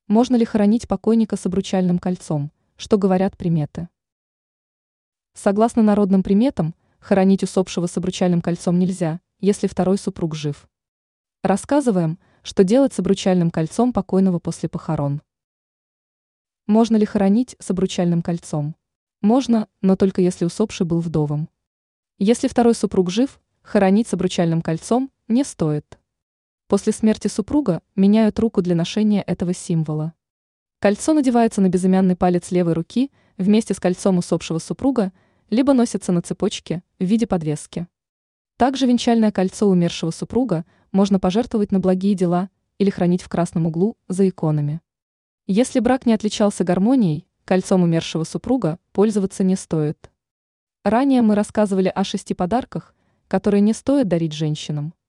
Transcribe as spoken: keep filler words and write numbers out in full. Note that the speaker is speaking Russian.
Можно ли хоронить покойника с обручальным кольцом? Что говорят приметы? Согласно народным приметам, хоронить усопшего с обручальным кольцом нельзя, если второй супруг жив. Рассказываем, что делать с обручальным кольцом покойного после похорон. Можно ли хоронить с обручальным кольцом? Можно, но только если усопший был вдовым. Если второй супруг жив, хоронить с обручальным кольцом не стоит. После смерти супруга меняют руку для ношения этого символа. Кольцо надевается на безымянный палец левой руки вместе с кольцом усопшего супруга, либо носится на цепочке в виде подвески. Также венчальное кольцо умершего супруга можно пожертвовать на благие дела или хранить в красном углу за иконами. Если брак не отличался гармонией, кольцом умершего супруга пользоваться не стоит. Ранее мы рассказывали о шести подарках, которые не стоит дарить женщинам.